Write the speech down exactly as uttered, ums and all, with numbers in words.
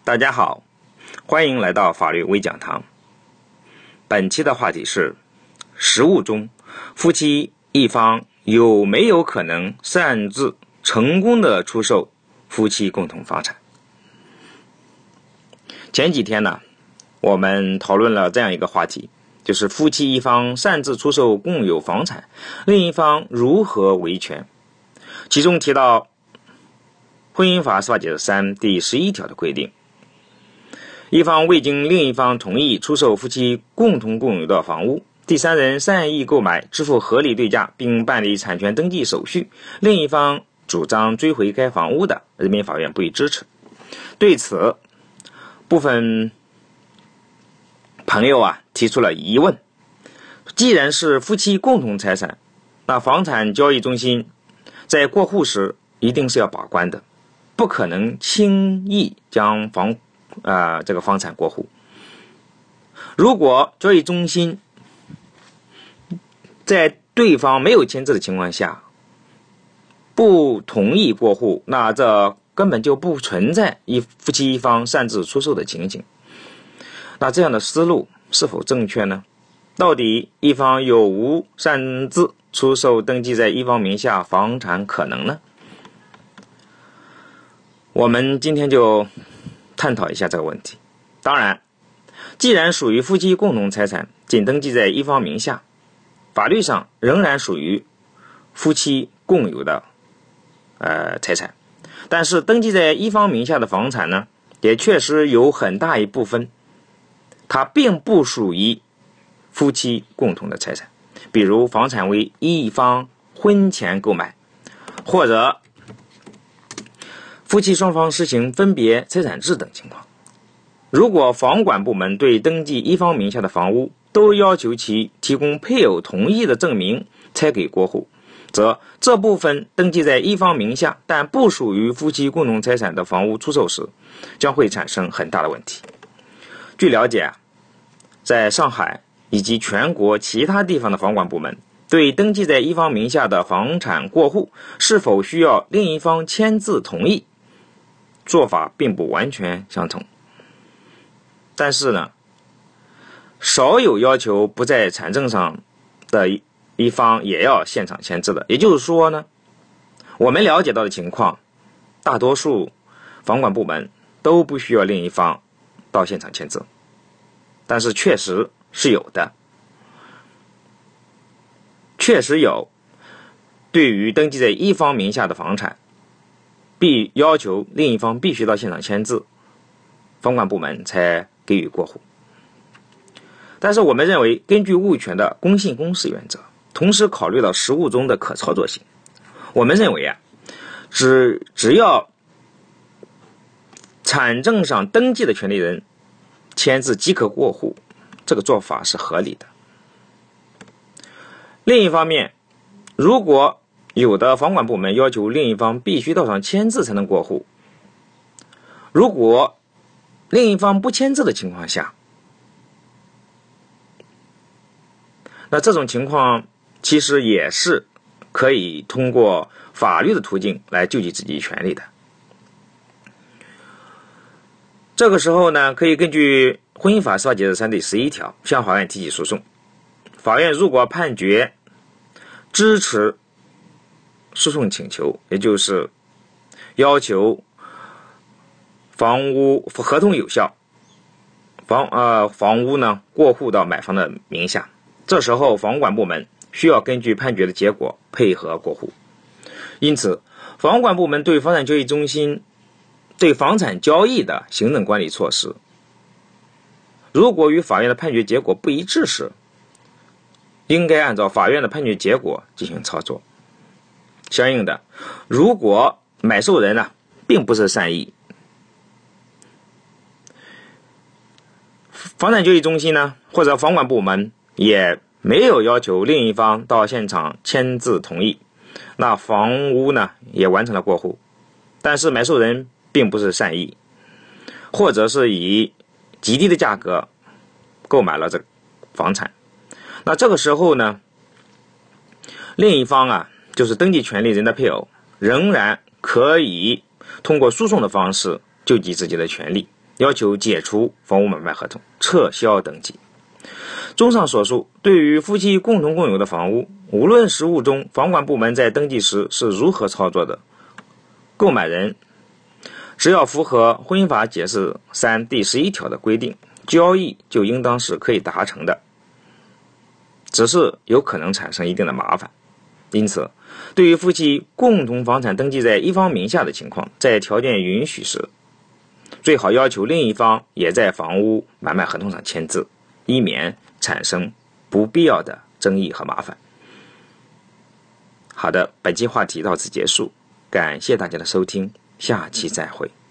大家好，欢迎来到法律微讲堂。本期的话题是：实务中，夫妻一方有没有可能擅自成功的出售夫妻共同房产？前几天呢，我们讨论了这样一个话题，就是夫妻一方擅自出售共有房产，另一方如何维权？其中提到婚姻法司法解释三第十一条的规定，一方未经另一方同意出售夫妻共同共有的房屋，第三人善意购买，支付合理对价，并办理产权登记手续，另一方主张追回该房屋的，人民法院不予支持。对此，部分朋友啊提出了疑问：既然是夫妻共同财产，那房产交易中心在过户时一定是要把关的，不可能轻易将房呃这个房产过户。如果交易中心在对方没有签字的情况下不同意过户，那这根本就不存在一夫妻一方擅自出售的情形。那这样的思路是否正确呢？到底一方有无擅自出售登记在一方名下房产可能呢？我们今天就探讨一下这个问题。当然，既然属于夫妻共同财产，仅登记在一方名下，法律上仍然属于夫妻共有的呃财产。但是登记在一方名下的房产呢，也确实有很大一部分它并不属于夫妻共同的财产，比如房产为一方婚前购买，或者夫妻双方实行分别财产制等情况。如果房管部门对登记一方名下的房屋都要求其提供配偶同意的证明才给过户，则这部分登记在一方名下但不属于夫妻共同财产的房屋出售时，将会产生很大的问题。据了解，在上海以及全国其他地方的房管部门对登记在一方名下的房产过户是否需要另一方签字同意，做法并不完全相同。但是呢，少有要求不在产证上的一一方也要现场签字的。也就是说呢，我们了解到的情况，大多数房管部门都不需要另一方到现场签字，但是确实是有的，确实有对于登记在一方名下的房产，必要求另一方必须到现场签字，房管部门才给予过户。但是我们认为，根据物权的公信公示原则，同时考虑到实务中的可操作性，我们认为啊，只只要产证上登记的权利人签字即可过户，这个做法是合理的。另一方面，如果有的房管部门要求另一方必须到场签字才能过户，如果另一方不签字的情况下，那这种情况其实也是可以通过法律的途径来救济自己权利的。这个时候呢，可以根据婚姻法司法解释三第十一条向法院提起诉讼。法院如果判决支持诉讼请求，也就是要求房屋合同有效，房呃房屋呢过户到买方的名下，这时候房管部门需要根据判决的结果配合过户。因此，房管部门对房产交易中心对房产交易的行政管理措施，如果与法院的判决结果不一致时，应该按照法院的判决结果进行操作。相应的，如果买受人呢并不是善意，房产交易中心呢或者房管部门也没有要求另一方到现场签字同意，那房屋呢也完成了过户，但是买受人并不是善意，或者是以极低的价格购买了这个房产，那这个时候呢，另一方啊就是登记权利人的配偶，仍然可以通过诉讼的方式救济自己的权利。 要求解除房屋买卖合同，撤销登记。综上所述，对于夫妻共同共有的房屋，无论实务中房管部门在登记时是如何操作的，购买人只要符合婚姻法解释三第十一条的规定，交易就应当是可以达成的，只是有可能产生一定的麻烦。因此，对于夫妻共同房产登记在一方名下的情况，在条件允许时，最好要求另一方也在房屋买卖合同上签字，以免产生不必要的争议和麻烦。好的，本期话题到此结束，感谢大家的收听，下期再会。